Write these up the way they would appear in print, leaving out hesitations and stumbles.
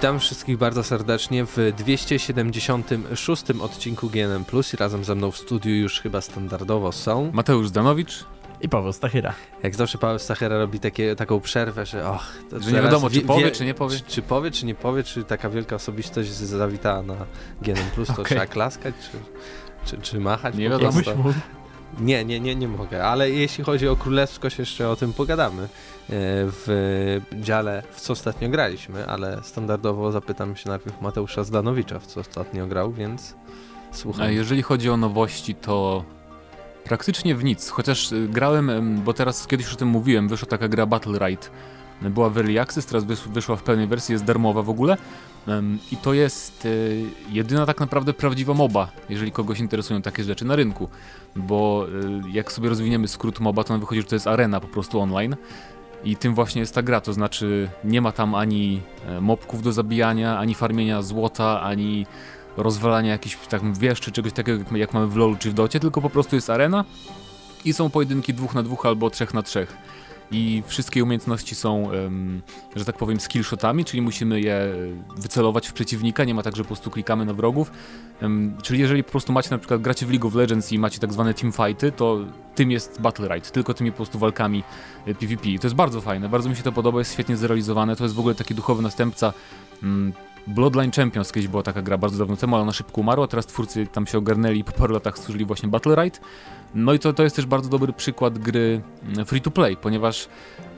Witam wszystkich bardzo serdecznie w 276 odcinku GNM+. I razem ze mną w studiu już chyba standardowo są Mateusz Zdanowicz i Paweł Stachyra. Jak zawsze Paweł Stachyra robi taką przerwę, że że nie wiadomo, czy powie, czy nie powie. Czy powie, czy nie powie, czy taka wielka osobistość zawitała na GNM+, to trzeba klaskać, czy machać? Nie wiadomo. Nie mogę, ale jeśli chodzi o królewskość, jeszcze o tym pogadamy w dziale, w co ostatnio graliśmy, ale standardowo zapytam się najpierw Mateusza Zdanowicza, w co ostatnio grał, więc słucham. Jeżeli chodzi o nowości, to praktycznie w nic, chociaż grałem, bo teraz kiedyś o tym mówiłem, wyszła taka gra Battle Ride. Była w Early Access, teraz wyszła w pełnej wersji, jest darmowa w ogóle i to jest jedyna tak naprawdę prawdziwa MOBA, jeżeli kogoś interesują takie rzeczy na rynku, bo jak sobie rozwiniemy skrót MOBA, to wychodzi, że to jest arena po prostu online i tym właśnie jest ta gra, to znaczy nie ma tam ani mobków do zabijania, ani farmienia złota, ani rozwalania jakichś wież czy czegoś takiego jak mamy w LoLu czy w Docie, tylko po prostu jest arena i są pojedynki 2 na 2 albo 3 na 3. I wszystkie umiejętności są, że tak powiem, skillshotami, czyli musimy je wycelować w przeciwnika, nie ma tak, że po prostu klikamy na wrogów. Czyli jeżeli po prostu macie na przykład gracie w League of Legends i macie tak zwane teamfighty, to tym jest Battle Ride, tylko tymi po prostu walkami PvP. I to jest bardzo fajne, bardzo mi się to podoba, jest świetnie zrealizowane, to jest w ogóle taki duchowy następca Bloodline Champions, kiedyś była taka gra bardzo dawno temu, ale ona szybko umarła, teraz twórcy tam się ogarnęli i po paru latach stworzyli właśnie Battle Ride. No i to jest też bardzo dobry przykład gry free to play, ponieważ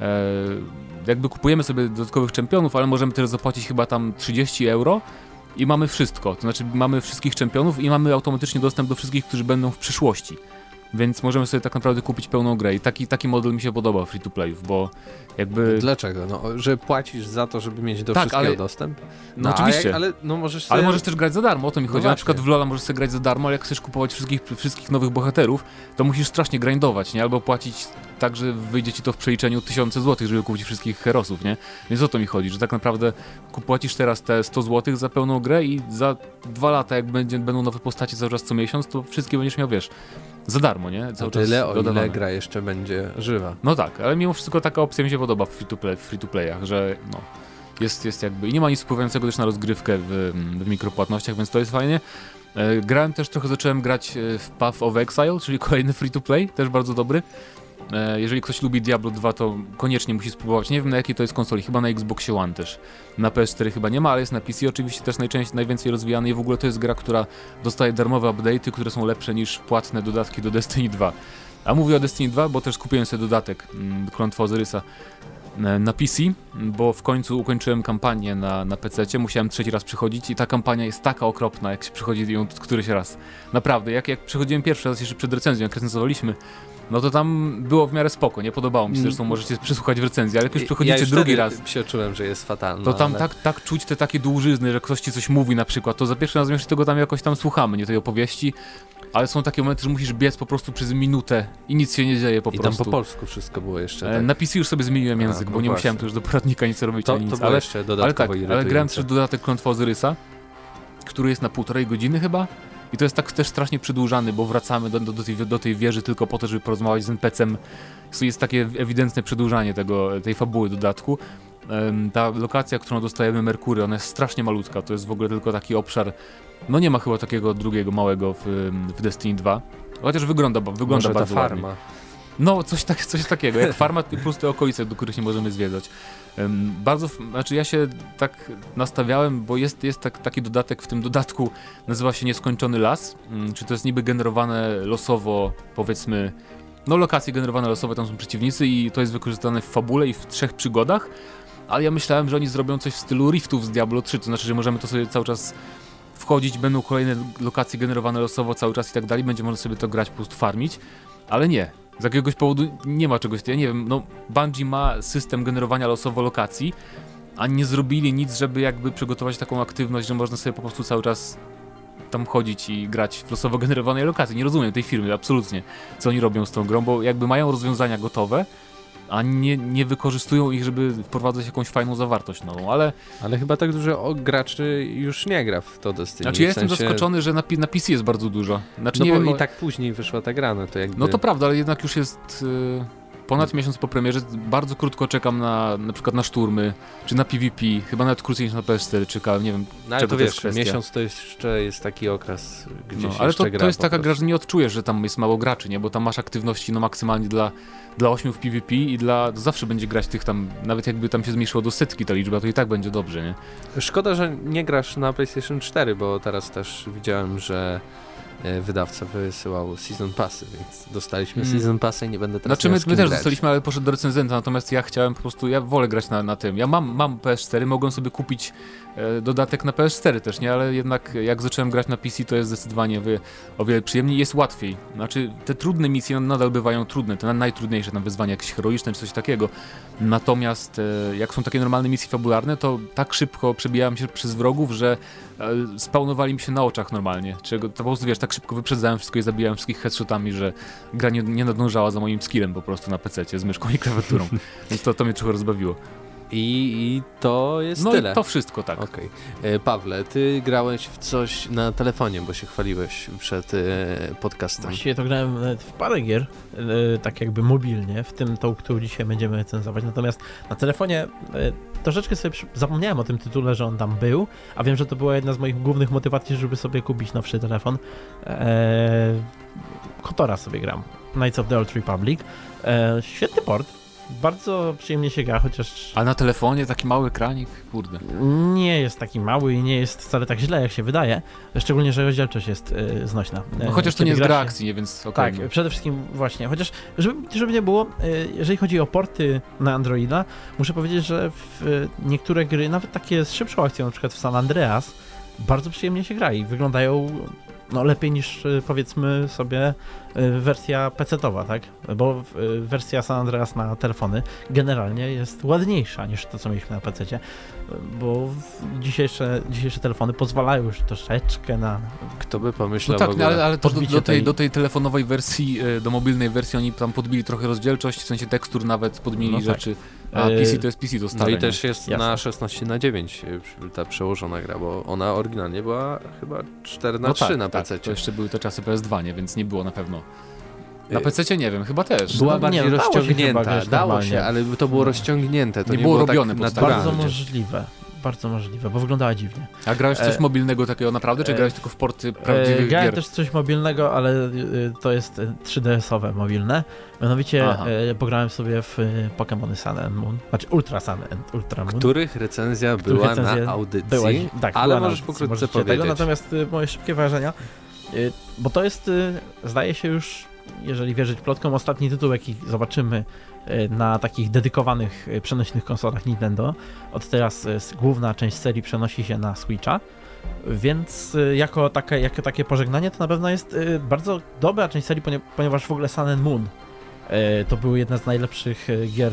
jakby kupujemy sobie dodatkowych czempionów, ale możemy też zapłacić chyba tam 30 euro i mamy wszystko, to znaczy mamy wszystkich czempionów i mamy automatycznie dostęp do wszystkich, którzy będą w przyszłości. Więc możemy sobie tak naprawdę kupić pełną grę i taki model mi się podoba free to playów, bo jakby... Dlaczego? No, że płacisz za to, żeby mieć do wszystkiego dostęp? No oczywiście. Ale możesz sobie... Ale możesz też grać za darmo, o to mi chodzi. No na przykład w LoL'a możesz sobie grać za darmo, ale jak chcesz kupować wszystkich nowych bohaterów, to musisz strasznie grindować, nie? Albo płacić tak, że wyjdzie ci to w przeliczeniu 1000 zł, żeby kupić wszystkich herosów, nie? Więc o to mi chodzi, że tak naprawdę płacisz teraz te 100 zł za pełną grę i za 2 lata, jak będą nowe postacie cały czas co miesiąc, to wszystkie będziesz miał, wiesz, za darmo, nie? Cały czas tyle, o dodawane. ile gra jeszcze będzie żywa. No tak, ale mimo wszystko taka opcja mi się podoba w free to playach, że no, jest jakby i nie ma nic wpływającego też na rozgrywkę w mikropłatnościach, więc to jest fajnie. Grałem też zacząłem grać w Path of Exile, czyli kolejny free to play, też bardzo dobry. Jeżeli ktoś lubi Diablo 2, to koniecznie musi spróbować. Nie wiem na jakiej to jest konsoli, chyba na Xboxie One też. Na PS4 chyba nie ma, ale jest na PC oczywiście też najwięcej rozwijany i w ogóle to jest gra, która dostaje darmowe update'y, które są lepsze niż płatne dodatki do Destiny 2. A mówię o Destiny 2, bo też kupiłem sobie dodatek Klątwa Ozyrysa na PC, bo w końcu ukończyłem kampanię na PC-cie, musiałem 3 raz przychodzić i ta kampania jest taka okropna, jak się przychodzi ją któryś raz. Naprawdę, jak przychodziłem pierwszy raz jeszcze przed recenzją, jak recenzowaliśmy, no to tam było w miarę spoko, nie podobało mi się, zresztą możecie przesłuchać w recenzji, ale jak już przychodzicie drugi raz, się czułem, że jest fatalne. to tam tak czuć te takie dłużyzny, że ktoś ci coś mówi na przykład, to za pierwszy raz tego tam jakoś tam słuchamy, nie tej opowieści, ale są takie momenty, że musisz biec po prostu przez minutę i nic się nie dzieje po prostu. I tam po polsku wszystko było jeszcze tak. Na PC już sobie zmieniłem język, bo nie musiałem tu już do poradnika nic robić, ani nic. To było jeszcze dodatkowo ale grałem też dodatek Klątwa Ozyrysa, który jest na 1,5 godziny chyba. I to jest tak też strasznie przedłużany, bo wracamy do tej wieży tylko po to, żeby porozmawiać z NPC-em. Jest takie ewidentne przedłużanie tej fabuły dodatku. Ta lokacja, którą dostajemy, Merkury, ona jest strasznie malutka. To jest w ogóle tylko taki obszar. No nie ma chyba takiego drugiego małego w Destiny 2. Chociaż wygląda Może bardzo ta farma. ładnie. No coś takiego, jak farma i puste okolice, do których nie możemy zwiedzać. Znaczy ja się tak nastawiałem, bo jest taki dodatek w tym dodatku, nazywa się Nieskończony Las, czy to jest niby generowane losowo, powiedzmy, no lokacje generowane losowo, tam są przeciwnicy i to jest wykorzystane w fabule i w 3 przygodach, ale ja myślałem, że oni zrobią coś w stylu riftów z Diablo 3, to znaczy, że możemy to sobie cały czas wchodzić, będą kolejne lokacje generowane losowo cały czas i tak dalej, będzie można sobie to grać, po prostu farmić, ale nie. Z jakiegoś powodu nie ma czegoś, ja nie wiem, no Bungie ma system generowania losowo lokacji, a nie zrobili nic, żeby jakby przygotować taką aktywność, że można sobie po prostu cały czas tam chodzić i grać w losowo generowanej lokacji. Nie rozumiem tej firmy, absolutnie, co oni robią z tą grą, bo jakby mają rozwiązania gotowe, a nie wykorzystują ich, żeby wprowadzać jakąś fajną zawartość nową, ale... Ale chyba tak dużo graczy już nie gra w to Destiny. Znaczy ja jestem zaskoczony, że na PC jest bardzo dużo. Znaczy, no nie bo wiem, i tak później wyszła ta gra, no to jakby... No to prawda, ale jednak już jest... ponad miesiąc po premierze bardzo krótko czekam na przykład na szturmy, czy na PvP, chyba nawet krócej niż na PS4 czekałem, nie wiem, No ale czego to to jest wiesz, kwestia. miesiąc to jeszcze jest taki okres, gdzie się Ale jeszcze to jest po taka prostu. gra, że nie odczujesz, że tam jest mało graczy, nie? Bo tam masz aktywności maksymalnie dla 8 w PvP i zawsze będzie grać tych tam, nawet jakby tam się zmniejszyło do 100 ta liczba, to i tak będzie dobrze, nie? Szkoda, że nie grasz na PlayStation 4, bo teraz też widziałem, że wydawca wysyłał Season Passy, więc dostaliśmy Season Passy i nie będę teraz Znaczy miał z my kim też grać. dostaliśmy, ale poszedł do recenzenta, natomiast ja chciałem po prostu, ja wolę grać na tym. Ja mam PS4, mogłem sobie kupić dodatek na PS4 też, nie? Ale jednak jak zacząłem grać na PC, to jest zdecydowanie o wiele przyjemniej, jest łatwiej. Znaczy te trudne misje nadal bywają trudne, te najtrudniejsze tam wyzwania jakieś heroiczne czy coś takiego. Natomiast jak są takie normalne misje fabularne, to tak szybko przebijałem się przez wrogów, że spawnowali mi się na oczach normalnie. Czego, to po prostu wiesz, tak szybko wyprzedzałem wszystko i zabijałem wszystkich headshotami, że gra nie nadążała za moim skillem po prostu na PC-cie z myszką i klawiaturą. Więc to mnie trochę rozbawiło. I to jest No tyle. i to wszystko, tak. Okej. Pawle, ty grałeś w coś na telefonie, bo się chwaliłeś przed podcastem. Właściwie to grałem w parę gier, tak jakby mobilnie, w tym tą, którą dzisiaj będziemy recenzować. Natomiast na telefonie troszeczkę sobie zapomniałem o tym tytule, że on tam był, a wiem, że to była jedna z moich głównych motywacji, żeby sobie kupić nowszy telefon. KOTORa sobie gram. Knights of the Old Republic. Świetny port. Bardzo przyjemnie się gra, chociaż A na telefonie taki mały ekranik, kurde. nie jest taki mały i nie jest wcale tak źle, jak się wydaje. Szczególnie, że rozdzielczość jest znośna. No chociaż to Kiedy nie jest gra gra się- akcji, nie? Więc okej. Tak, przede wszystkim właśnie, chociaż żeby nie było, jeżeli chodzi o porty na Androida, muszę powiedzieć, że w niektóre gry, nawet takie z szybszą akcją, na przykład w San Andreas, bardzo przyjemnie się gra i wyglądają lepiej niż powiedzmy sobie wersja PC-towa, tak? Bo wersja San Andreas na telefony generalnie jest ładniejsza niż to, co mieliśmy na PC-cie, bo dzisiejsze telefony pozwalają już troszeczkę na... Kto by No pomyślał w tak, ogóle? ale to podbicie do tej telefonowej wersji, do mobilnej wersji oni tam podbili trochę rozdzielczość, w sensie tekstur nawet podmienili No tak. rzeczy, a PC to jest PC, to No stare. i nie? też jest Jasne. na 16:9 ta przełożona gra, bo ona oryginalnie była chyba 4:3 na tak, PC. to jeszcze były te czasy PS2, nie? Więc nie było na pewno. Na PC nie wiem, chyba też. Była No, bardziej nie, no, dało się chyba rozciągnięta, grać dało normalnie. się, ale to było rozciągnięte, to Nie nie było było robione tak pod stare. Bardzo naturalnie. możliwe, bo wyglądała dziwnie. A grałeś coś mobilnego takiego naprawdę, czy grałeś tylko w porty prawdziwych Grałem gier? też coś mobilnego, ale to jest 3DS-owe mobilne. Mianowicie Aha. pograłem sobie w Pokémony Sun and Moon, znaczy Ultra Sun and Ultra Moon. Których recenzja była na audycji, ale była na możesz audycji, pokrótce możecie powiedzieć. Natomiast moje szybkie wrażenia, bo to jest, zdaje się już, jeżeli wierzyć plotkom, ostatni tytuł, jaki zobaczymy na takich dedykowanych, przenośnych konsolach Nintendo. Od teraz główna część serii przenosi się na Switcha, więc jako takie pożegnanie to na pewno jest bardzo dobra część serii, ponieważ w ogóle Sun and Moon to były jedna z najlepszych gier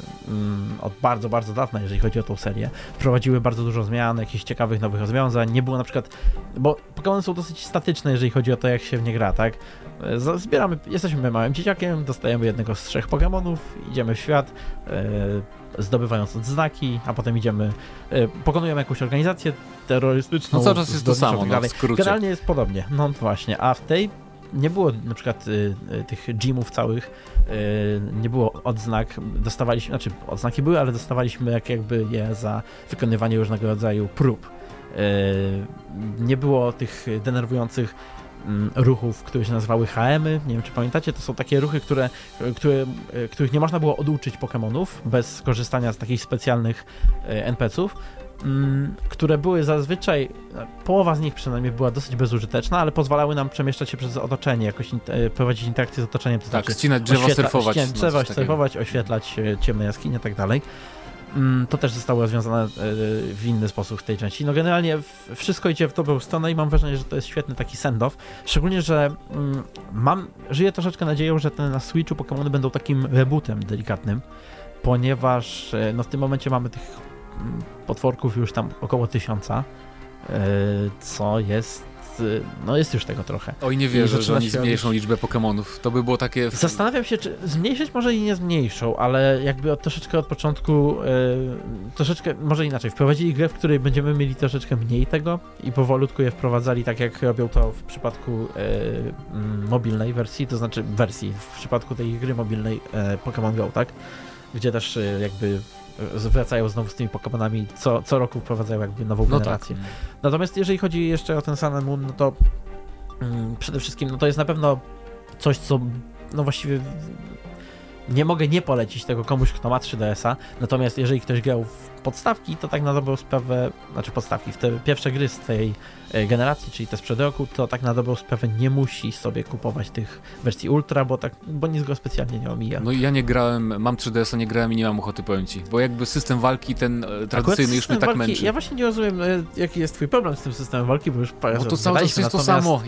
od bardzo, bardzo dawna, jeżeli chodzi o tą serię. Wprowadziły bardzo dużo zmian, jakichś ciekawych nowych rozwiązań. Nie było na przykład, bo Pokémony są dosyć statyczne, jeżeli chodzi o to, jak się w nie gra, tak? Jesteśmy małym dzieciakiem, dostajemy jednego z 3 Pokémonów, idziemy w świat, zdobywając odznaki, a potem pokonujemy jakąś organizację terrorystyczną. No cały czas jest to zbrodniczą samo, i tak no, dalej. w skrócie. Generalnie jest podobnie, no właśnie, a w tej nie było na przykład tych gymów całych, nie było odznak, dostawaliśmy, znaczy odznaki były, ale dostawaliśmy jakby je za wykonywanie różnego rodzaju prób. Nie było tych denerwujących ruchów, które się nazywały HM-y, nie wiem czy pamiętacie, to są takie ruchy, których nie można było oduczyć Pokémonów bez skorzystania z takich specjalnych NPC-ów, które były zazwyczaj, połowa z nich przynajmniej była dosyć bezużyteczna, ale pozwalały nam przemieszczać się przez otoczenie, jakoś prowadzić interakcję z otoczeniem, to Tak, znaczy ścinać drzewa, surfować. ścinać drzewa, coś takiego. surfować, oświetlać ciemne jaskinie i tak dalej. To też zostało rozwiązane w inny sposób w tej części. No generalnie wszystko idzie w dobrą stronę i mam wrażenie, że to jest świetny taki send-off. Szczególnie, że żyję troszeczkę nadzieją, że na Switchu Pokémony będą takim rebootem delikatnym, ponieważ no w tym momencie mamy tych potworków już tam około 1000. co jest no jest już tego trochę. Oj, nie wierzę, że zaczyna oni się zmniejszą liczbę Pokemonów. To by było takie... Zastanawiam się, czy zmniejszyć może i nie zmniejszą, ale jakby troszeczkę od początku, troszeczkę, może inaczej, wprowadzili grę, w której będziemy mieli troszeczkę mniej tego i powolutku je wprowadzali, tak jak robią to w przypadku mobilnej wersji, to znaczy w przypadku tej gry mobilnej Pokémon Go, tak? Gdzie też jakby wracają znowu z tymi Pokemonami, co roku wprowadzają jakby nową generację. Tak. Natomiast jeżeli chodzi jeszcze o ten Sun and Moon, no to przede wszystkim no to jest na pewno coś, co no właściwie nie mogę nie polecić tego komuś, kto ma 3DS-a, natomiast jeżeli ktoś grał w podstawki, to tak na dobrą sprawę, znaczy podstawki, w te pierwsze gry z tej generacji, czyli te sprzed roku, to tak na dobrą sprawę nie musi sobie kupować tych wersji Ultra, bo nic go specjalnie nie omija. No i ja nie grałem, mam 3DS-a, nie grałem i nie mam ochoty, powiem ci, bo jakby system walki ten tradycyjny już mnie tak walki, męczy. Ja właśnie nie rozumiem, jaki jest twój problem z tym systemem walki, bo już parę razy to cały czas jest to samo.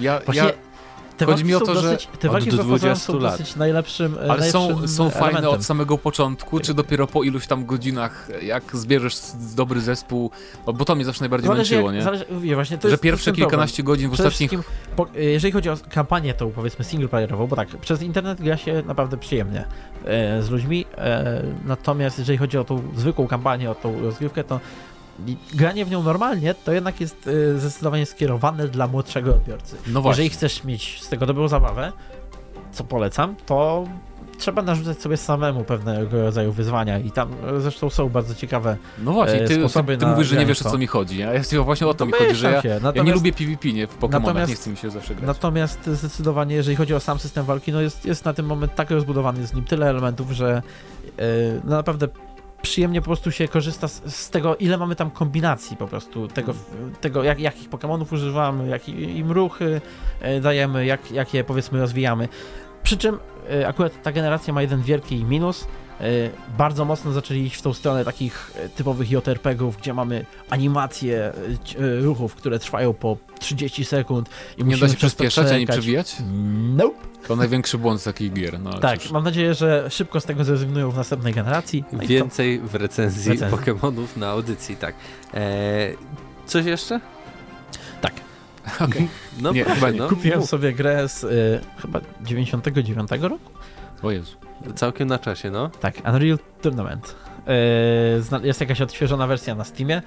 Te chodzi mi o to, dosyć, że te walki są dosyć najlepszym ale są fajne elementem. od samego początku, czy dopiero po iluś tam godzinach, jak zbierzesz dobry zespół, bo to mnie zawsze najbardziej męczyło, nie? Właśnie, to że jest pierwsze kilkanaście godzin w ostatnich... Jeżeli chodzi o kampanię tą powiedzmy singleplayerową, bo tak, przez internet gra się naprawdę przyjemnie z ludźmi, natomiast jeżeli chodzi o tą zwykłą kampanię, o tą rozgrywkę, to granie w nią normalnie to jednak jest zdecydowanie skierowane dla młodszego odbiorcy. No właśnie. Jeżeli chcesz mieć z tego dobrą zabawę, co polecam, to trzeba narzucać sobie samemu pewnego rodzaju wyzwania i tam zresztą są bardzo ciekawe No właśnie, ty mówisz, że nie wiesz, o co mi chodzi. Ja właśnie o to mi chodzi, że ja nie lubię PvP, nie? W Pokemonach nie chce mi się zawsze grać. Natomiast zdecydowanie, jeżeli chodzi o sam system walki, no jest na ten moment tak rozbudowany, z nim tyle elementów, że no naprawdę przyjemnie po prostu się korzysta z tego, ile mamy tam kombinacji po prostu, tego jakich Pokemonów używamy, jakie im ruchy dajemy, jak je powiedzmy rozwijamy. Przy czym akurat ta generacja ma jeden wielki minus. Bardzo mocno zaczęli iść w tą stronę takich typowych JRPG-ów, gdzie mamy animacje ruchów, które trwają po 30 sekund i nie musimy da się przyspieszać ani przewijać? Nope. To największy błąd z takich gier. No, tak, mam nadzieję, że szybko z tego zrezygnują w następnej generacji. No więcej w recenzji Pokemonów na audycji, tak. Coś jeszcze? Tak. Okay. No nie, chyba nie. Kupiłem sobie grę z chyba 99 roku. O Jezu. Całkiem na czasie, no. Tak, Unreal Tournament. Jest jakaś odświeżona wersja na Steamie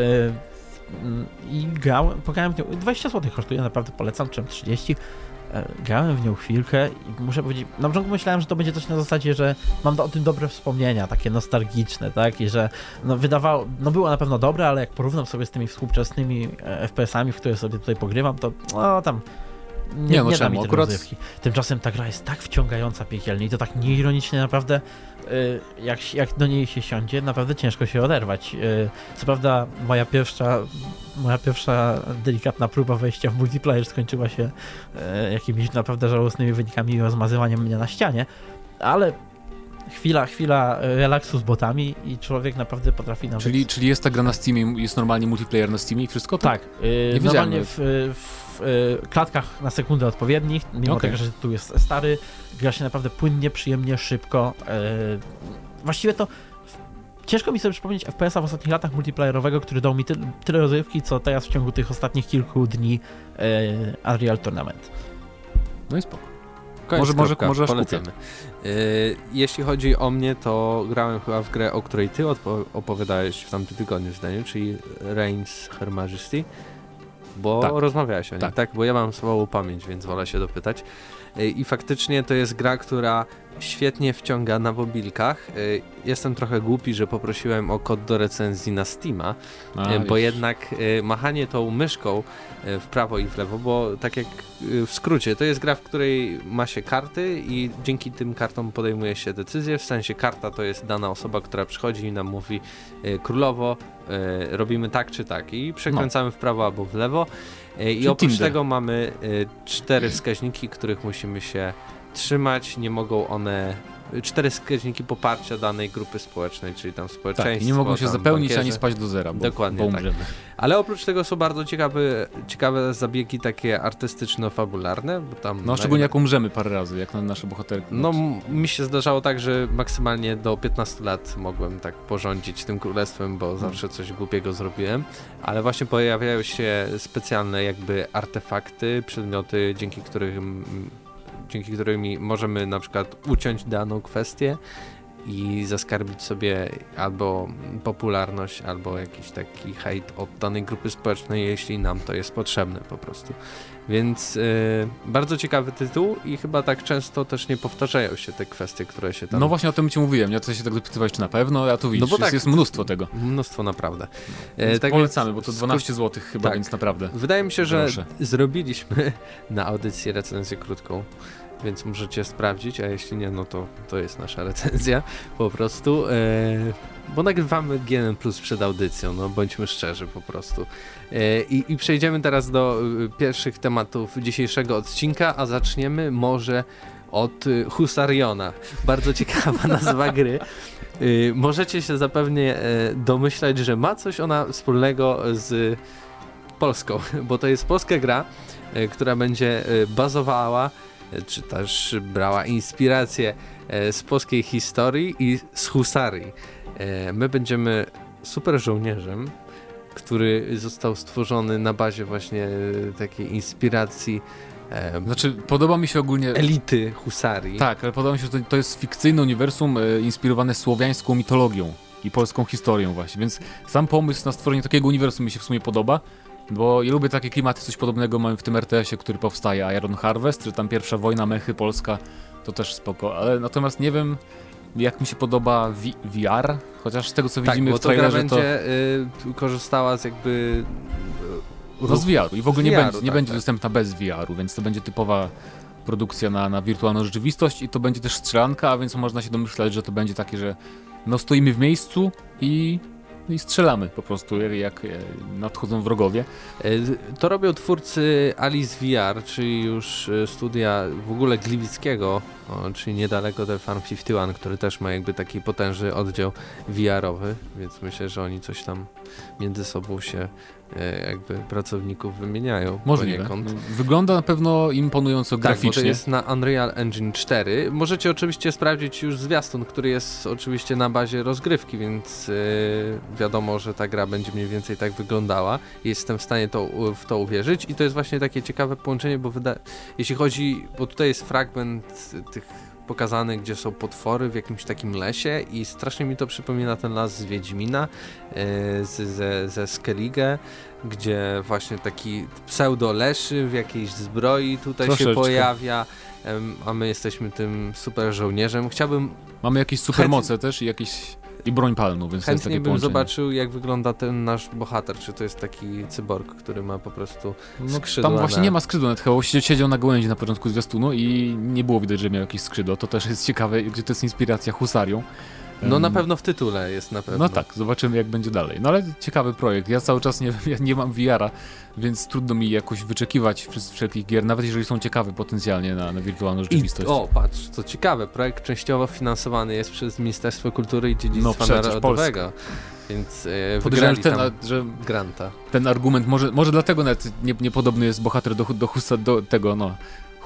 i pograłem w nią, 20 zł kosztuje, naprawdę polecam, czym 30. Grałem w nią chwilkę i muszę powiedzieć, na początku myślałem, że to będzie coś na zasadzie, że mam o tym dobre wspomnienia, takie nostalgiczne, tak, i że było na pewno dobre, ale jak porównam sobie z tymi współczesnymi FPS-ami, w które sobie tutaj pogrywam, to tam nie da mi tej rozrywki. Tymczasem ta gra jest tak wciągająca piekielnie i to tak nieironicznie naprawdę, jak do niej się siądzie, naprawdę ciężko się oderwać. Co prawda moja pierwsza delikatna próba wejścia w multiplayer skończyła się jakimiś naprawdę żałosnymi wynikami i rozmazywaniem mnie na ścianie, ale chwila relaksu z botami i człowiek naprawdę potrafi nawet... Czyli jest ta gra na Steamie, jest normalnie multiplayer na Steamie i wszystko? Tak, normalnie w klatkach na sekundę odpowiednich, mimo tego, że tytuł jest stary, gra się naprawdę płynnie, przyjemnie, szybko. Właściwie to ciężko mi sobie przypomnieć FPS-a w ostatnich latach multiplayerowego, który dał mi tyle rozrywki, co teraz w ciągu tych ostatnich kilku dni Unreal Tournament. No i spoko. Może polecamy. Jeśli chodzi o mnie, to grałem chyba w grę, o której ty opowiadałeś w tamtym tygodniu zdaniu, czyli Reigns Her Majesty, bo rozmawiałeś o niej, tak? Bo ja mam słabą pamięć, więc wolę się dopytać. I faktycznie to jest gra, która świetnie wciąga na mobilkach. Jestem trochę głupi, że poprosiłem o kod do recenzji na Steama, bo jednak machanie tą myszką w prawo i w lewo, bo tak jak w skrócie, to jest gra, w której ma się karty i dzięki tym kartom podejmuje się decyzje, w sensie karta to jest dana osoba, która przychodzi i nam mówi królowo, robimy tak czy tak i przekręcamy w prawo albo w lewo. I oprócz tego mamy 4 wskaźniki, których musimy się trzymać, nie mogą one 4 wskaźniki poparcia danej grupy społecznej, czyli tam społeczeństwo. Tak, i nie mogą się zapełnić bankierzy. ani spaść do zera, bo Dokładnie umrzemy. tak. Ale oprócz tego są bardzo ciekawe zabiegi takie artystyczno-fabularne. Bo tam No szczególnie jak umrzemy parę razy, jak na nasze bohaterki. No mi się zdarzało tak, że maksymalnie do 15 lat mogłem tak porządzić tym królestwem, bo zawsze coś głupiego zrobiłem, ale właśnie pojawiają się specjalne jakby artefakty, przedmioty, dzięki którymi możemy na przykład uciąć daną kwestię i zaskarbić sobie albo popularność, albo jakiś taki hejt od danej grupy społecznej, jeśli nam to jest potrzebne po prostu. Więc bardzo ciekawy tytuł i chyba tak często też nie powtarzają się te kwestie, które się tam... No właśnie o tym ci mówiłem, ja też się tak dopytywałeś, czy na pewno, a tu widzisz, No bo tak, jest mnóstwo tego. Mnóstwo naprawdę. Tak polecamy, bo to 12 zł chyba, tak. Więc naprawdę. Wydaje mi się, że Proszę. zrobiliśmy na audycji recenzję krótką, więc możecie sprawdzić, a jeśli nie, no to jest nasza recenzja po prostu, bo nagrywamy GNM Plus przed audycją, no bądźmy szczerzy po prostu. I przejdziemy teraz do pierwszych tematów dzisiejszego odcinka, a zaczniemy może od Husariona. Bardzo ciekawa nazwa gry. Możecie się zapewne domyślać, że ma coś ona wspólnego z Polską, bo to jest polska gra, która będzie bazowała, czy też brała inspirację z polskiej historii i z husarii. My będziemy super żołnierzem, który został stworzony na bazie właśnie takiej inspiracji Znaczy, podoba mi się ogólnie... elity husarii. Tak, ale podoba mi się, że to jest fikcyjne uniwersum inspirowane słowiańską mitologią i polską historią właśnie, więc sam pomysł na stworzenie takiego uniwersum mi się w sumie podoba, bo ja lubię takie klimaty, coś podobnego mamy w tym RTS-ie, który powstaje, Iron Harvest, czy tam pierwsza wojna mechy polska, to też spoko, ale natomiast nie wiem, jak mi się podoba VR, chociaż z tego co widzimy bo w trailerze, to gra będzie korzystała z jakby... No z VR-u i w ogóle nie będzie tak. dostępna bez VR-u, więc to będzie typowa produkcja na wirtualną rzeczywistość i to będzie też strzelanka, a więc można się domyślać, że to będzie takie, że no stoimy w miejscu i strzelamy po prostu, jak nadchodzą wrogowie. To robią twórcy Alice VR, czyli już studia w ogóle Gliwickiego, czyli niedaleko The Farm 51, który też ma jakby taki potężny oddział VR-owy, więc myślę, że oni coś tam między sobą się jakby pracowników wymieniają. Możliwe. Poniekąd. Wygląda na pewno imponująco graficznie. Tak, bo to jest na Unreal Engine 4. Możecie oczywiście sprawdzić już zwiastun, który jest oczywiście na bazie rozgrywki, więc wiadomo, że ta gra będzie mniej więcej tak wyglądała. Jestem w stanie w to uwierzyć i to jest właśnie takie ciekawe połączenie, bo jeśli chodzi, bo tutaj jest fragment tych pokazany, gdzie są potwory w jakimś takim lesie i strasznie mi to przypomina ten las z Wiedźmina, ze Skellige, gdzie właśnie taki pseudo-leszy w jakiejś zbroi tutaj Troszeczkę się pojawia, a my jesteśmy tym super żołnierzem. Mamy jakieś supermoce też i broń palną, więc to jest Chętnie takie bym połączenie. zobaczył, jak wygląda ten nasz bohater, czy to jest taki cyborg, który ma po prostu skrzydła. Tam właśnie nie ma skrzydła, nawet chyba siedział na gałęzi na początku zwiastunu i nie było widać, że miał jakieś skrzydło. To też jest ciekawe, gdzie to jest inspiracja husarią. No na pewno w tytule jest na pewno. No tak, zobaczymy jak będzie dalej. No ale ciekawy projekt. Ja cały czas nie mam VR-a, więc trudno mi jakoś wyczekiwać wszelkich gier, nawet jeżeli są ciekawe potencjalnie na wirtualną rzeczywistość. Patrz, co ciekawe, projekt częściowo finansowany jest przez Ministerstwo Kultury i Dziedzictwa Narodowego. Więc wygrali tam granta. Ten argument, może dlatego nawet niepodobny jest bohater do tego, no...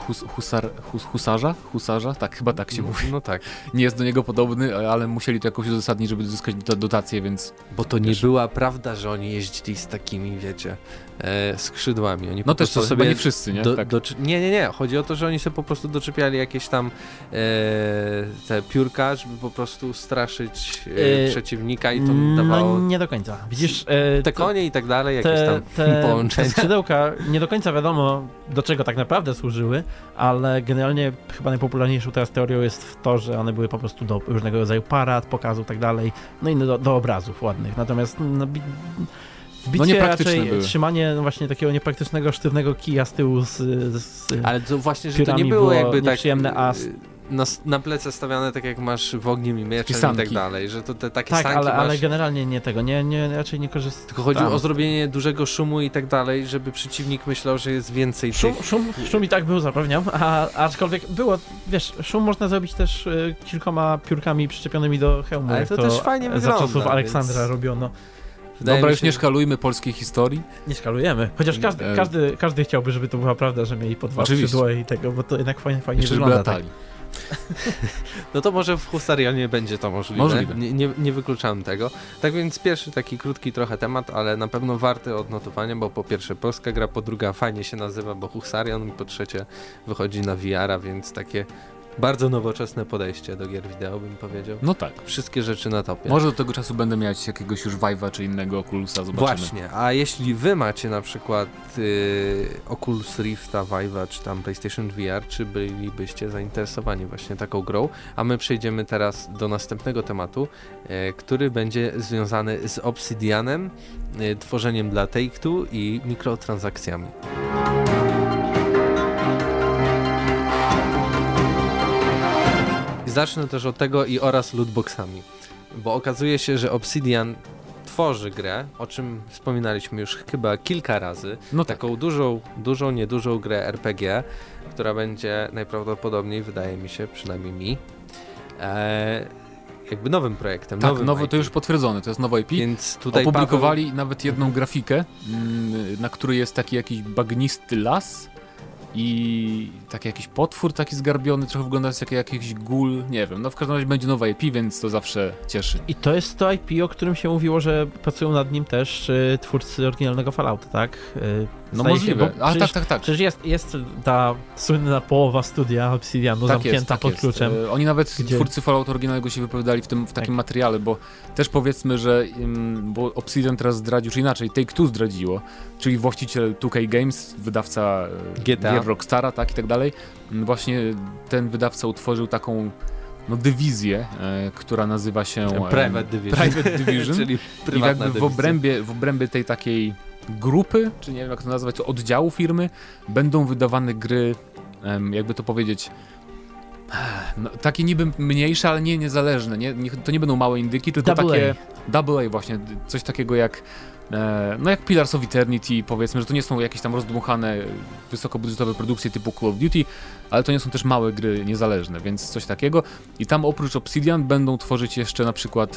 Husarza? Tak, chyba tak się mówi. No tak. Nie jest do niego podobny, ale musieli to jakoś uzasadnić, żeby zyskać dotację, więc... Bo to nie była prawda, że oni jeździli z takimi, wiecie, skrzydłami. Oni no też to sobie nie wszyscy, nie? Nie. Chodzi o to, że oni sobie po prostu doczepiali jakieś tam te piórka, żeby po prostu straszyć przeciwnika i to dawało... No nie do końca. Widzisz... te konie i tak dalej, jakieś tam połączenia. Te skrzydełka nie do końca wiadomo, do czego tak naprawdę służyły, ale generalnie chyba najpopularniejszą teraz teorią jest to, że one były po prostu do różnego rodzaju parad, pokazów i tak dalej, no i do obrazów ładnych. Natomiast w bitwie raczej były. Trzymanie właśnie takiego niepraktycznego, sztywnego kija z tyłu z ale to właśnie, że to nie było jakby tak... nieprzyjemne, a na plece stawiane tak jak masz w Ogniem i Mieczem i tak dalej, że to te takie tak, sanki ale generalnie nie tego, raczej nie korzystam. Tylko chodzi o zrobienie dużego szumu i tak dalej, żeby przeciwnik myślał, że jest więcej Szum i tak był, zapewniam, aczkolwiek było, wiesz, szum można zrobić też kilkoma piórkami przyczepionymi do hełmu, ale to też fajnie wygląda. Za czasów Aleksandra robiono. Dobra, już nie szkalujmy polskiej historii. Nie szkalujemy, chociaż każdy chciałby, żeby to była prawda, że mieli po 2 skrzydła i tego, bo to jednak fajnie wygląda. Tak. No to może w Husarionie będzie to możliwe. Nie wykluczałem tego. Tak więc pierwszy taki krótki trochę temat, ale na pewno warty odnotowania, bo po pierwsze polska gra, po drugie fajnie się nazywa, bo Husarion, po trzecie wychodzi na VR-a, więc takie bardzo nowoczesne podejście do gier wideo, bym powiedział. No tak. Wszystkie rzeczy na topie. Może do tego czasu będę mieć jakiegoś już Vive'a czy innego Oculusa, zobaczymy. Właśnie, a jeśli wy macie na przykład Oculus Rifta, Vive'a czy tam PlayStation VR, czy bylibyście zainteresowani właśnie taką grą? A my przejdziemy teraz do następnego tematu, który będzie związany z Obsidianem, tworzeniem dla Take-Two i mikrotransakcjami. Zacznę też od tego oraz lootboxami, bo okazuje się, że Obsidian tworzy grę, o czym wspominaliśmy już chyba kilka razy, taką niedużą grę RPG, która będzie najprawdopodobniej, wydaje mi się, przynajmniej mi, jakby nowym projektem. Tak, to już potwierdzone, to jest nowe IP. Więc tutaj opublikowali nawet jedną grafikę, na której jest taki jakiś bagnisty las, i taki jakiś potwór taki zgarbiony, trochę wygląda jak jakiś gul, nie wiem, no w każdym razie będzie nowa IP, więc to zawsze cieszy. I to jest to IP, o którym się mówiło, że pracują nad nim też twórcy oryginalnego Fallouta, tak? No możliwe, tak. Przecież jest ta słynna połowa studia Obsidianu zamknięta pod kluczem. Oni nawet twórcy Fallouta oryginalnego się wypowiadali w takim materiale, bo też powiedzmy, że bo Obsidian teraz zdradził, czy inaczej, Take-Two zdradziło, czyli właściciel 2K Games, wydawca gier Rockstara, tak i tak dalej. Właśnie ten wydawca utworzył taką dywizję, która nazywa się Private Division. Czyli i jakby w obrębie tej takiej grupy, czy nie wiem jak to nazwać, oddziału firmy, będą wydawane gry, jakby to powiedzieć, takie niby mniejsze, ale niezależne. To nie będą małe indyki, tylko takie AA właśnie, coś takiego jak jak Pillars of Eternity, powiedzmy, że to nie są jakieś tam rozdmuchane, wysokobudżetowe produkcje typu Call of Duty, ale to nie są też małe gry niezależne, więc coś takiego. I tam oprócz Obsidian będą tworzyć jeszcze na przykład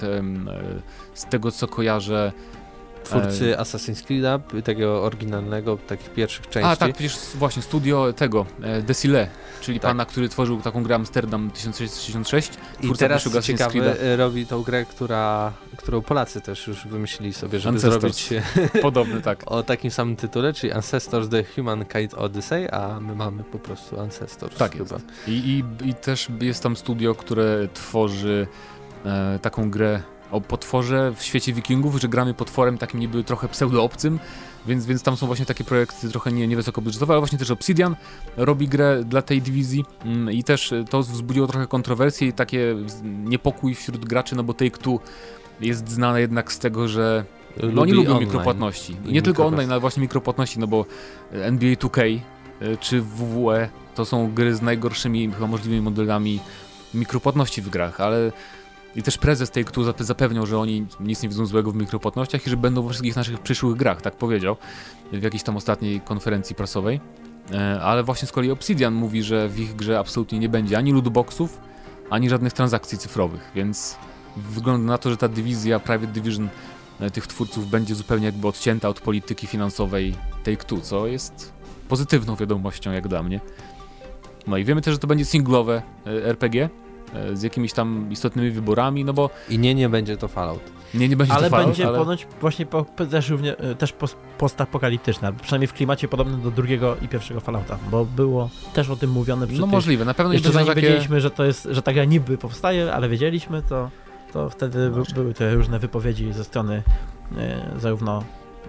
z tego co kojarzę twórcy Assassin's Creed'a, tego oryginalnego, takich pierwszych części. Tak, przecież właśnie studio tego, Desile, czyli pana, który tworzył taką grę Amsterdam 1666. I teraz ciekawe, robi tą grę, którą Polacy też już wymyślili sobie, żeby zrobić podobny, tak. O takim samym tytule, czyli Ancestors The Humankind Odyssey, a my mamy po prostu Ancestors. Tak chyba. I też jest tam studio, które tworzy taką grę o potworze w świecie wikingów, że gramy potworem takim niby trochę pseudo-obcym, więc tam są właśnie takie projekty trochę niewysokobudżetowe, ale właśnie też Obsidian robi grę dla tej dywizji i też to wzbudziło trochę kontrowersji i takie niepokój wśród graczy, no bo Take-Two jest znane jednak z tego, że oni lubią mikropłatności. I nie tylko online, ale właśnie mikropłatności, no bo NBA 2K czy WWE to są gry z najgorszymi chyba możliwymi modelami mikropłatności w grach, ale i też prezes Take-Two zapewniał, że oni nic nie widzą złego w mikropłatnościach i że będą we wszystkich naszych przyszłych grach, tak powiedział w jakiejś tam ostatniej konferencji prasowej. Ale właśnie z kolei Obsidian mówi, że w ich grze absolutnie nie będzie ani lootboxów, ani żadnych transakcji cyfrowych, więc wygląda na to, że ta dywizja Private Division tych twórców będzie zupełnie jakby odcięta od polityki finansowej Take-Two, co jest pozytywną wiadomością jak dla mnie. No i wiemy też, że to będzie singlowe RPG, z jakimiś tam istotnymi wyborami, no bo... I nie będzie to Fallout. Nie będzie ale to Fallout, będzie ponoć właśnie też postapokaliptyczne, przynajmniej w klimacie podobnym do drugiego i pierwszego Fallouta, bo było też o tym mówione przy możliwe, na pewno jeszcze zanim wiedzieliśmy, że ta gra niby powstaje, ale wiedzieliśmy, to wtedy były te różne wypowiedzi ze strony zarówno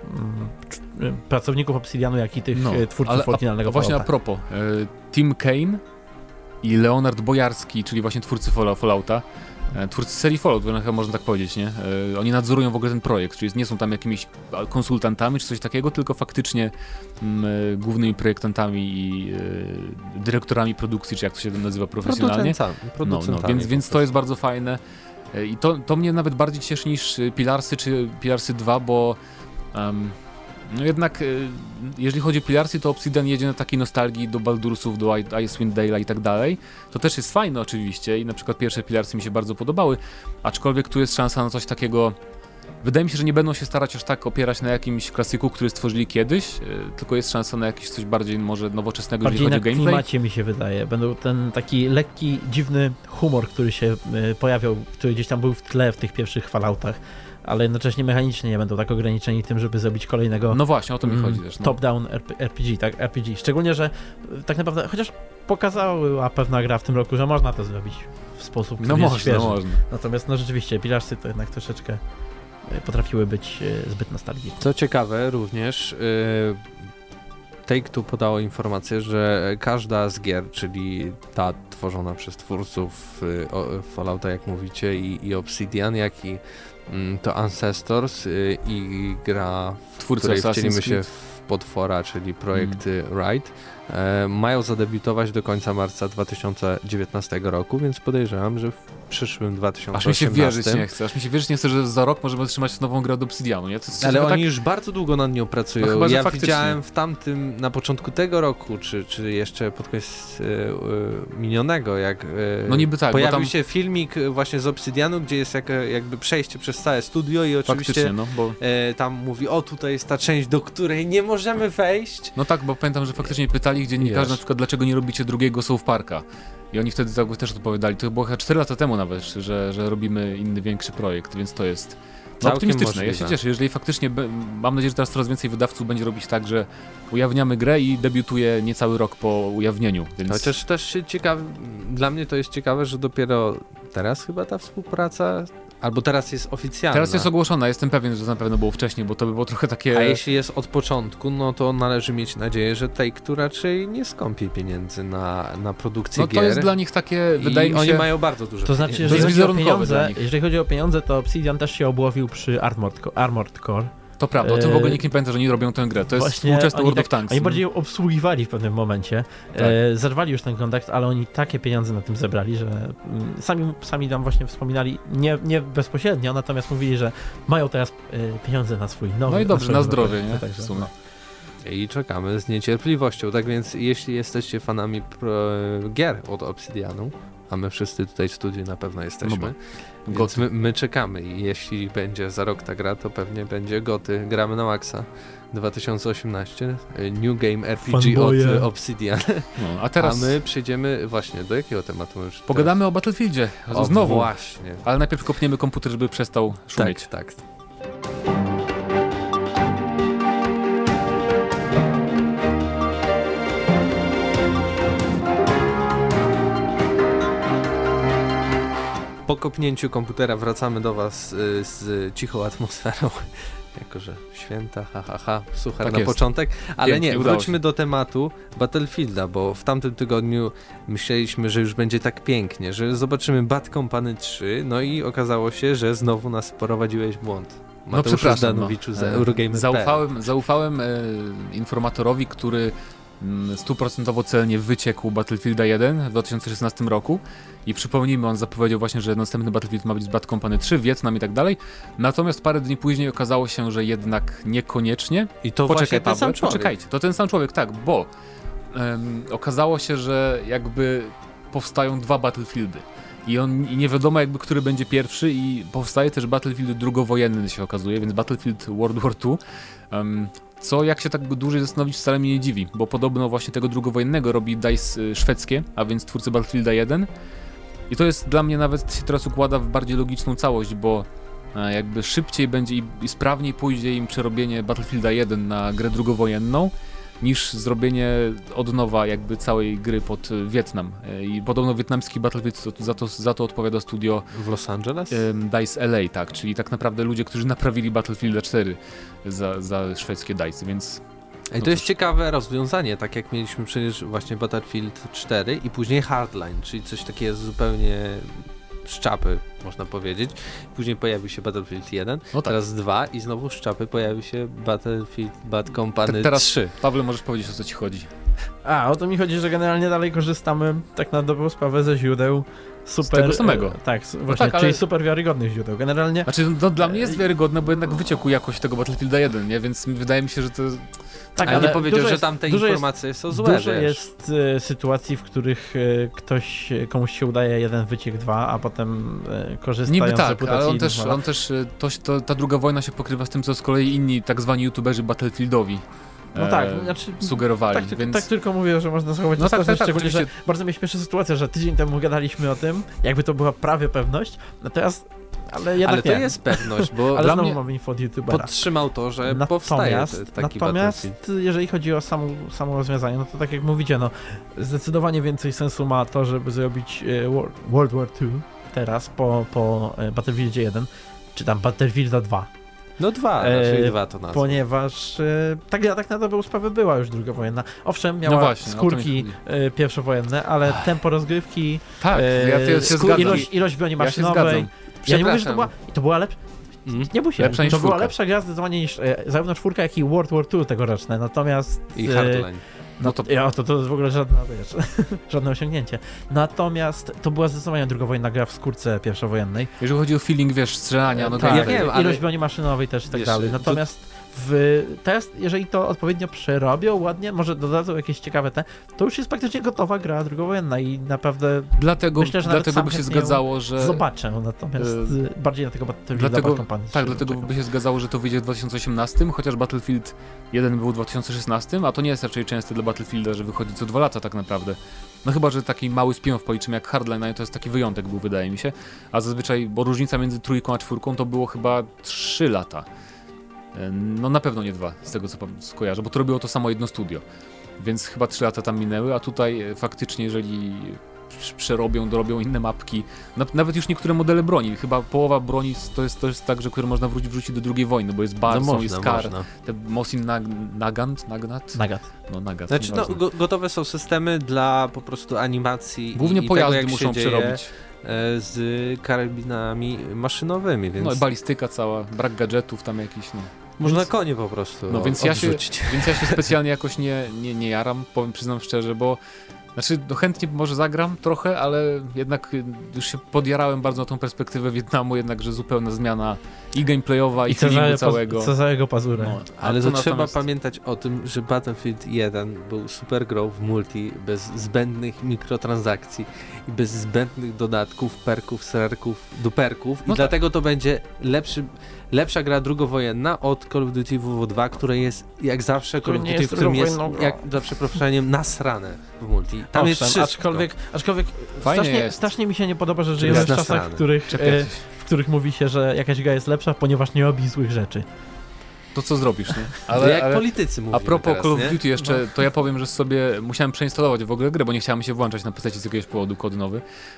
pracowników Obsidianu, jak i tych twórców oryginalnego Fallouta. Właśnie a propos, Tim Kaine i Leonard Bojarski, czyli właśnie twórcy Fallouta, twórcy serii Fallout, chyba można tak powiedzieć, nie? Oni nadzorują w ogóle ten projekt, czyli nie są tam jakimiś konsultantami czy coś takiego, tylko faktycznie głównymi projektantami i dyrektorami produkcji, czy jak to się nazywa profesjonalnie. Producentami, więc to jest bardzo fajne i to mnie nawet bardziej cieszy niż Pilarsy czy Pilarsy 2, bo no jednak, jeżeli chodzi o Pilarsy, to Obsidian jedzie na takiej nostalgii do Baldursów, do Icewind Dale'a i tak dalej. To też jest fajne oczywiście i na przykład pierwsze Pilarsy mi się bardzo podobały, aczkolwiek tu jest szansa na coś takiego. Wydaje mi się, że nie będą się starać aż tak opierać na jakimś klasyku, który stworzyli kiedyś, tylko jest szansa na jakieś coś bardziej może nowoczesnego, jeżeli chodzi o gameplay. Bardziej na klimacie mi się wydaje. Będą ten taki lekki, dziwny humor, który się pojawiał, który gdzieś tam był w tle w tych pierwszych Falloutach, ale jednocześnie mechanicznie nie będą tak ograniczeni tym, żeby zrobić kolejnego no właśnie, o to mi chodzi też. No. Top-down RPG, tak? RPG. Szczególnie, że tak naprawdę, chociaż pokazała pewna gra w tym roku, że można to zrobić w sposób, który jest świeży. Można. Natomiast no rzeczywiście, Pilarsy to jednak troszeczkę potrafiły być zbyt nostalgiczne. Co ciekawe również, Take-Two podało informację, że każda z gier, czyli ta tworzona przez twórców Fallouta, jak mówicie, i Obsidian, jak i to Ancestors i gra, w której wcielimy się w potwora, czyli projekt Ride, mają zadebiutować do końca marca 2019 roku, więc podejrzewam, że w przyszłym 2018... Aż mi się wierzyć nie chce, że za rok możemy otrzymać nową grę od Obsidianu, nie? Ale oni już bardzo długo nad nią pracują. No chyba, ja faktycznie. widziałem na początku tego roku, czy jeszcze pod koniec minionego, jak no niby tak, pojawił się filmik właśnie z Obsidianu, gdzie jest jakby przejście przez całe studio i oczywiście tam mówi, tutaj jest ta część, do której nie możemy wejść. No tak, bo pamiętam, że faktycznie pytali dziennikarze na przykład, dlaczego nie robicie drugiego South Parka. I oni wtedy tak też odpowiadali, to było chyba 4 lata temu nawet, że robimy inny, większy projekt, więc to jest optymistyczne. Możliwe. Ja się cieszę, jeżeli faktycznie, mam nadzieję, że teraz coraz więcej wydawców będzie robić tak, że ujawniamy grę i debiutuje niecały rok po ujawnieniu. Więc... Chociaż też ciekawe, dla mnie to jest ciekawe, że dopiero teraz chyba ta współpraca... Albo teraz jest oficjalna. Teraz jest ogłoszona, jestem pewien, że na pewno było wcześniej, bo to by było trochę takie... A jeśli jest od początku, no to należy mieć nadzieję, że Take-Two raczej nie skąpi pieniędzy na produkcję gier. No to jest dla nich takie, wydaje mi się... oni mają bardzo dużo to znaczy, jeżeli chodzi o pieniądze, to Obsidian też się obłowił przy Armored Core. To prawda, o tym w ogóle nikt nie pamięta, że oni robią tę grę. To jest współczesny World of Tanks. Oni bardziej ją obsługiwali w pewnym momencie. Tak. Zerwali już ten kontakt, ale oni takie pieniądze na tym zebrali, że sami tam właśnie wspominali, nie bezpośrednio, natomiast mówili, że mają teraz pieniądze na swój nowy... No i dobrze, na zdrowie, nie? Także, w sumie. I czekamy z niecierpliwością. Tak więc jeśli jesteście fanami gier od Obsidianu, a my wszyscy tutaj w studiu na pewno jesteśmy, więc my czekamy i jeśli będzie za rok ta gra, to pewnie będzie Goty. Gramy na maksa 2018, New Game RPG od Obsidian. No, a my przejdziemy właśnie do jakiego tematu? Pogadamy teraz? O Battlefieldzie, znowu. Właśnie. Ale najpierw kopniemy komputer, żeby przestał szumieć. Tak. Po kopnięciu komputera wracamy do was z cichą atmosferą, jako że święta, suchar tak na początek, ale nie, wróćmy do tematu Battlefielda, bo w tamtym tygodniu myśleliśmy, że już będzie tak pięknie, że zobaczymy Bad Company 3, no i okazało się, że znowu nas prowadziłeś w błąd. Mateuszu Zdanowiczu z Eurogamer.pl. Zaufałem informatorowi, który 100% celnie wyciekł Battlefielda 1 w 2016 roku i przypomnijmy, on zapowiedział właśnie, że następny Battlefield ma być z Bad Company 3, Wietnam i tak dalej, natomiast parę dni później okazało się, że jednak niekoniecznie. I to właśnie ten sam człowiek. Poczekajcie, to ten sam człowiek, tak, bo okazało się, że jakby powstają 2 Battlefieldy i nie wiadomo jakby, który będzie pierwszy i powstaje też Battlefield drugowojenny się okazuje, więc Battlefield World War II. Co, jak się tak dłużej zastanowić, wcale mnie nie dziwi, bo podobno właśnie tego drugowojennego robi DICE szwedzkie, a więc twórcy Battlefielda 1. I to jest dla mnie nawet się teraz układa w bardziej logiczną całość, bo jakby szybciej będzie i sprawniej pójdzie im przerobienie Battlefielda 1 na grę drugowojenną, niż zrobienie od nowa jakby całej gry pod Wietnam. I podobno wietnamski Battlefield za to odpowiada studio w Los Angeles? DICE LA, tak, czyli tak naprawdę ludzie, którzy naprawili Battlefielda 4 za szwedzkie DICE, więc... To jest ciekawe rozwiązanie, tak jak mieliśmy przecież właśnie Battlefield 4 i później Hardline, czyli coś takiego zupełnie z czapy można powiedzieć. Później pojawił się Battlefield 1, No tak. teraz 2 i znowu z czapy pojawił się Battlefield Bad Company Teraz 3. Pawle, możesz powiedzieć, o co ci chodzi. O to mi chodzi, że generalnie dalej korzystamy tak na dobrą sprawę ze źródeł super... tego samego. Właśnie, tak, ale- czyli super wiarygodnych źródeł. Generalnie Znaczy, dla mnie jest wiarygodne, bo jednak wyciekł jakość tego Battlefielda 1, nie? Więc wydaje mi się, że to... tak, Ale nie powiedział, dużo że jest- tamte dużo informacje są złe, Dużo wiesz. jest sytuacji, w których komuś się udaje jeden wyciek 2, a potem korzystając Niby z tak, reputacji ale innych on też ta druga wojna się pokrywa z tym, co z kolei inni tak zwani youtuberzy Battlefieldowi No tak, znaczy sugerowali, tak, więc... tak tylko mówię, że można zachować No tak, ostrożność, tak, szczególnie, że oczywiście. bardzo mnie śmieszy sytuacja, że tydzień temu gadaliśmy o tym, jakby to była prawie pewność, no teraz, ale jednak Ale to nie. jest pewność, bo Ale dla znowu mnie mamy info od youtubera. podtrzymał to, że powstaje taki Battlefield. Natomiast jeżeli chodzi o samo rozwiązanie, no to tak jak mówicie, no zdecydowanie więcej sensu ma to, żeby zrobić World War II teraz po Battlefieldzie 1, czy tam Battlefielda 2. No 2, raczej 2 to nazwa. Ponieważ ta gra tak na dobrą sprawę była już drugowojenna. Owszem, miała No właśnie, o to skórki mi chodzi. pierwszowojenne, ale tempo rozgrywki, Tak, ja się zgadzam. ilość broni Ja się maszynowej. zgadzam. Ja nie mówię, że Przepraszam. to była lepsza. Nie bój się, Lepsza niż to była czwórka. lepsza gra zdecydowanie niż zarówno czwórka, jak i World War II tegoroczne. Natomiast I Hardline. no to jest w ogóle żadne, żadne osiągnięcie. Natomiast to była zdecydowanie drugowojenna gra w skórce pierwszowojennej. Jeżeli chodzi o feeling, wiesz, strzelania, no Tak, ja wiem, ale- ilość broni maszynowej też i tak Wiesz, dalej. to- Natomiast teraz, jeżeli to odpowiednio przerobią ładnie, może dodadzą jakieś ciekawe to już jest praktycznie gotowa gra drugowojenna i naprawdę Dlatego, Myślę, że nawet dlatego sam by się chętnie ją zgadzało, że... zobaczę. Natomiast bardziej na tego Battlefielda Dlatego, Bad Company tak, się dlatego czekam. by się zgadzało, że to wyjdzie w 2018, chociaż Battlefield 1 był w 2016, a to nie jest raczej częste dla Battlefielda, że wychodzi co 2 lata tak naprawdę. No chyba, że taki mały spin-off policzymy jak Hardline, no i to jest taki wyjątek był, wydaje mi się. A zazwyczaj, bo różnica między trójką a czwórką to było chyba 3 lata. No na pewno nie 2, z tego co skojarzę, bo to robiło to samo jedno studio. Więc chyba 3 lata tam minęły, a tutaj faktycznie, jeżeli przerobią, dorobią inne mapki, nawet już niektóre modele broni, chyba połowa broni to jest tak, że które można wrzucić do II wojny, bo jest Bar, są i Scar, te Mosin Nagant? No Nagat. Znaczy, no, gotowe są systemy dla po prostu animacji głównie i pojazdy tego, jak muszą się dzieje przerobić. Z karabinami maszynowymi, więc No i balistyka cała, brak gadżetów tam jakiś, no. można konie po prostu Więc ja się specjalnie jakoś nie jaram, przyznam szczerze, bo znaczy, no chętnie może zagram trochę, ale jednak już się podjarałem bardzo na tą perspektywę Wietnamu, jednakże zupełna zmiana i gameplayowa, i feelingu całego. Całego pazura. No, ale to trzeba natomiast... pamiętać o tym, że Battlefield 1 był super grą w multi, bez zbędnych mikrotransakcji i bez zbędnych dodatków, perków, serków, duperków No i dlatego to będzie lepsza gra drugowojenna od Call of Duty WW2, które jest jak zawsze Call of Duty, w którym jest jak za przeproszeniem nasrane w multi. Tam jest wszystko. Aczkolwiek Fajnie strasznie mi się nie podoba, że żyjemy w Jest czasach, nasrane. w których mówi się, że jakaś gra jest lepsza, ponieważ nie robi złych rzeczy. To co zrobisz, nie? Jak politycy mówią. A propos teraz, Call of nie? Duty jeszcze, to ja powiem, że sobie musiałem przeinstalować w ogóle grę, bo nie chciałem się włączać na PC z jakiegoś powodu, kod nowy,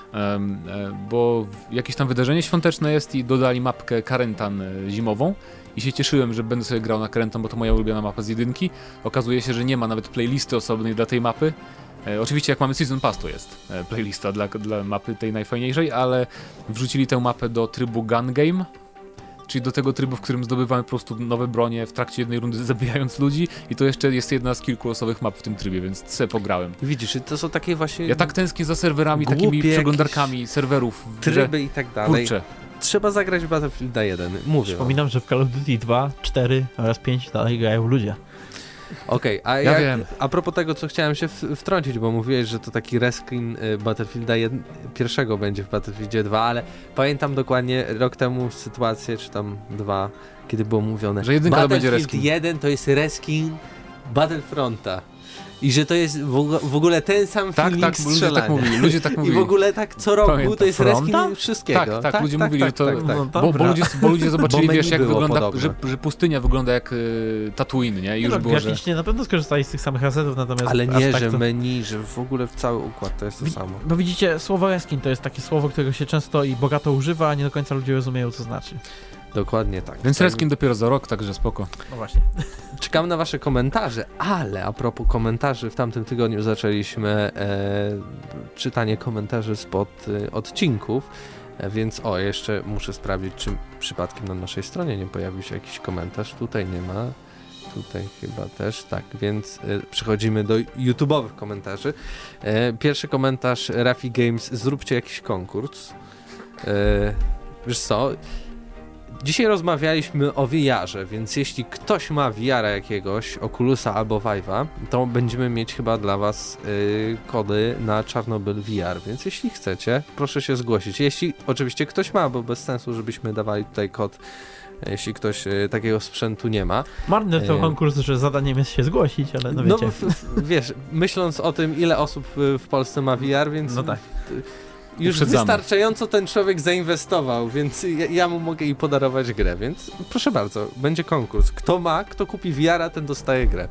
bo jakieś tam wydarzenie świąteczne jest i dodali mapkę Carentan zimową i się cieszyłem, że będę sobie grał na Carentan, bo to moja ulubiona mapa z jedynki. Okazuje się, że nie ma nawet playlisty osobnej dla tej mapy. Oczywiście jak mamy Season Pass to jest playlista dla mapy tej najfajniejszej, ale wrzucili tę mapę do trybu Gun Game, czyli do tego trybu, w którym zdobywamy po prostu nowe bronie w trakcie jednej rundy zabijając ludzi i to jeszcze jest jedna z kilku losowych map w tym trybie, więc sobie pograłem. Widzisz, to są takie właśnie Ja tak tęsknię za serwerami, głupie takimi przeglądarkami serwerów. tryby i tak dalej. Kurczę, Trzeba zagrać w Battlefield 1, mówię. Przypominam, że w Call of Duty 2, 4 oraz 5 dalej grają ludzie. Okej, a propos tego, co chciałem się wtrącić, bo mówiłeś, że to taki reskin Battlefielda pierwszego będzie w Battlefieldzie 2, ale pamiętam dokładnie rok temu sytuację, czy tam 2, kiedy było mówione, że jedynka to będzie Battlefield reskin. 1 to jest reskin Battlefronta. I że to jest w ogóle ten sam Tak, filmik tak, ludzie strzelania. tak mówili, ludzie tak I mówili. w ogóle tak co roku Pamiętam. to jest Fronta? reskin wszystkiego. Tak, ludzie mówili, że to... No Bo dobra. ludzie zobaczyli, Bo wiesz, menu jak było wygląda, podobne. że pustynia wygląda jak Tatooine, nie? I już było, że... Graficznie na pewno skorzystali z tych samych asetów, natomiast Ale aż nie, tak że to... menu, że w ogóle w cały układ to jest to samo. Bo widzicie, słowo reskin to jest takie słowo, którego się często i bogato używa, a nie do końca ludzie rozumieją, co znaczy. Dokładnie tak. Więc reskin dopiero za rok, także spoko. No właśnie. Czekam na wasze komentarze, ale a propos komentarzy, w tamtym tygodniu zaczęliśmy czytanie komentarzy spod odcinków Więc jeszcze muszę sprawdzić, czy przypadkiem na naszej stronie nie pojawił się jakiś komentarz. Tutaj nie ma. Tutaj chyba też, tak, więc przechodzimy do YouTube'owych komentarzy. Pierwszy komentarz, Rafi Games, zróbcie jakiś konkurs. Wiesz co, dzisiaj rozmawialiśmy o VR-ze, więc jeśli ktoś ma VR-a jakiegoś, Oculusa albo Vive'a, to będziemy mieć chyba dla was kody na Czarnobyl VR, więc jeśli chcecie, proszę się zgłosić. Jeśli oczywiście ktoś ma, bo bez sensu, żebyśmy dawali tutaj kod, jeśli ktoś takiego sprzętu nie ma. Marny to konkurs, że zadaniem jest się zgłosić, ale no wiecie. Wiesz, myśląc o tym, ile osób w Polsce ma VR, więc no tak. Już wystarczająco ten człowiek zainwestował, więc ja mu mogę i podarować grę, więc proszę bardzo, będzie konkurs. Kto kupi VR-a, ten dostaje grę.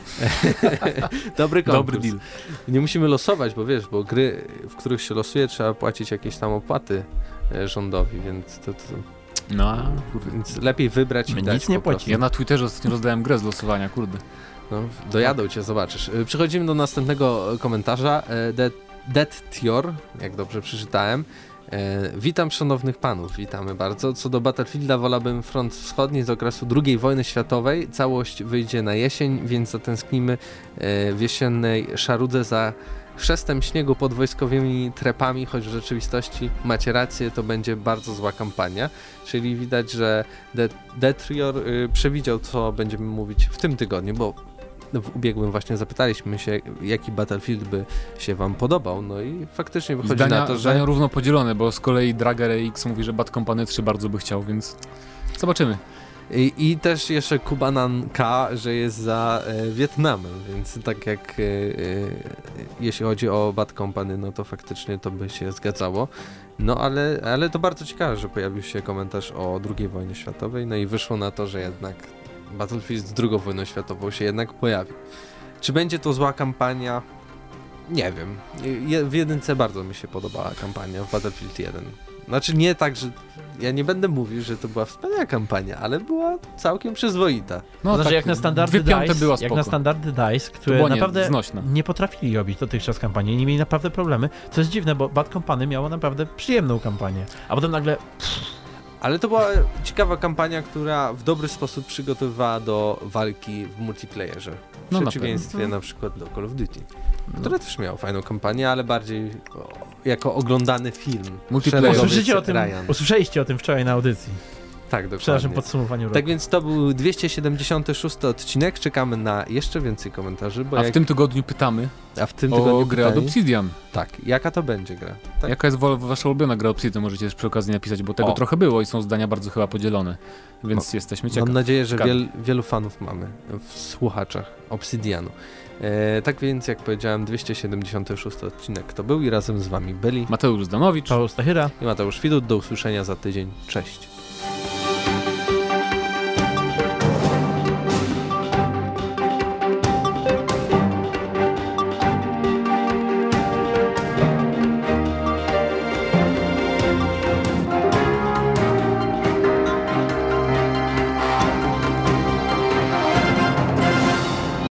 Dobry konkurs. Dobry deal. Nie musimy losować, bo gry, w których się losuje, trzeba płacić jakieś tam opłaty rządowi, więc to no, więc lepiej wybrać i dać. Nic nie płaci. Ja na Twitterze ostatnio rozdałem grę z losowania, kurde. No, dojadą cię, zobaczysz. Przechodzimy do następnego komentarza. Deadtior, jak dobrze przeczytałem. Witam szanownych panów, witamy bardzo. Co do Battlefielda, wolałbym front wschodni z okresu II wojny światowej. Całość wyjdzie na jesień, więc zatęsknimy w jesiennej szarudze za chrzestem śniegu pod wojskowymi trepami, choć w rzeczywistości macie rację, to będzie bardzo zła kampania. Czyli widać, że Deadtior przewidział, co będziemy mówić w tym tygodniu, bo w ubiegłym właśnie zapytaliśmy się, jaki Battlefield by się wam podobał, no i faktycznie wychodzi na to, że... Zdania równo podzielone, bo z kolei Drager X mówi, że Bad Company 3 bardzo by chciał, więc zobaczymy. I też jeszcze Kubanan K, że jest za Wietnamem, więc tak jak jeśli chodzi o Bad Company, no to faktycznie to by się zgadzało. No ale to bardzo ciekawe, że pojawił się komentarz o II wojnie światowej, no i wyszło na to, że jednak Battlefield z II wojną światową się jednak pojawi. Czy będzie to zła kampania? Nie wiem. W jedynce bardzo mi się podobała kampania w Battlefield 1. Znaczy nie tak, że ja nie będę mówił, że to była wspaniała kampania, ale była całkiem przyzwoita. No znaczy tak, jak na standardy DICE, które naprawdę nie potrafili robić dotychczas kampanii, nie mieli naprawdę problemy, co jest dziwne, bo Bad Company miało naprawdę przyjemną kampanię, a potem nagle... Ale to była ciekawa kampania, która w dobry sposób przygotowywała do walki w multiplayerze. W przeciwieństwie na przykład do Call of Duty, które też miało fajną kampanię, ale bardziej jako oglądany film. Usłyszeliście o tym wczoraj na audycji. Tak, dokładnie. W naszym podsumowaniu roku. Tak więc to był 276 odcinek. Czekamy na jeszcze więcej komentarzy. Bo w tym tygodniu pytamy o grę od Obsidian. Tak, jaka to będzie gra? Tak. Jaka jest wasza ulubiona gra Obsidian? Możecie też przy okazji napisać, bo tego trochę było i są zdania bardzo chyba podzielone. Więc jesteśmy ciekawi. Mam nadzieję, że wielu fanów mamy w słuchaczach Obsidianu. Tak więc, jak powiedziałem, 276 odcinek to był i razem z wami byli Mateusz Zdanowicz, Paweł Stachyra i Mateusz Widut. Do usłyszenia za tydzień. Cześć.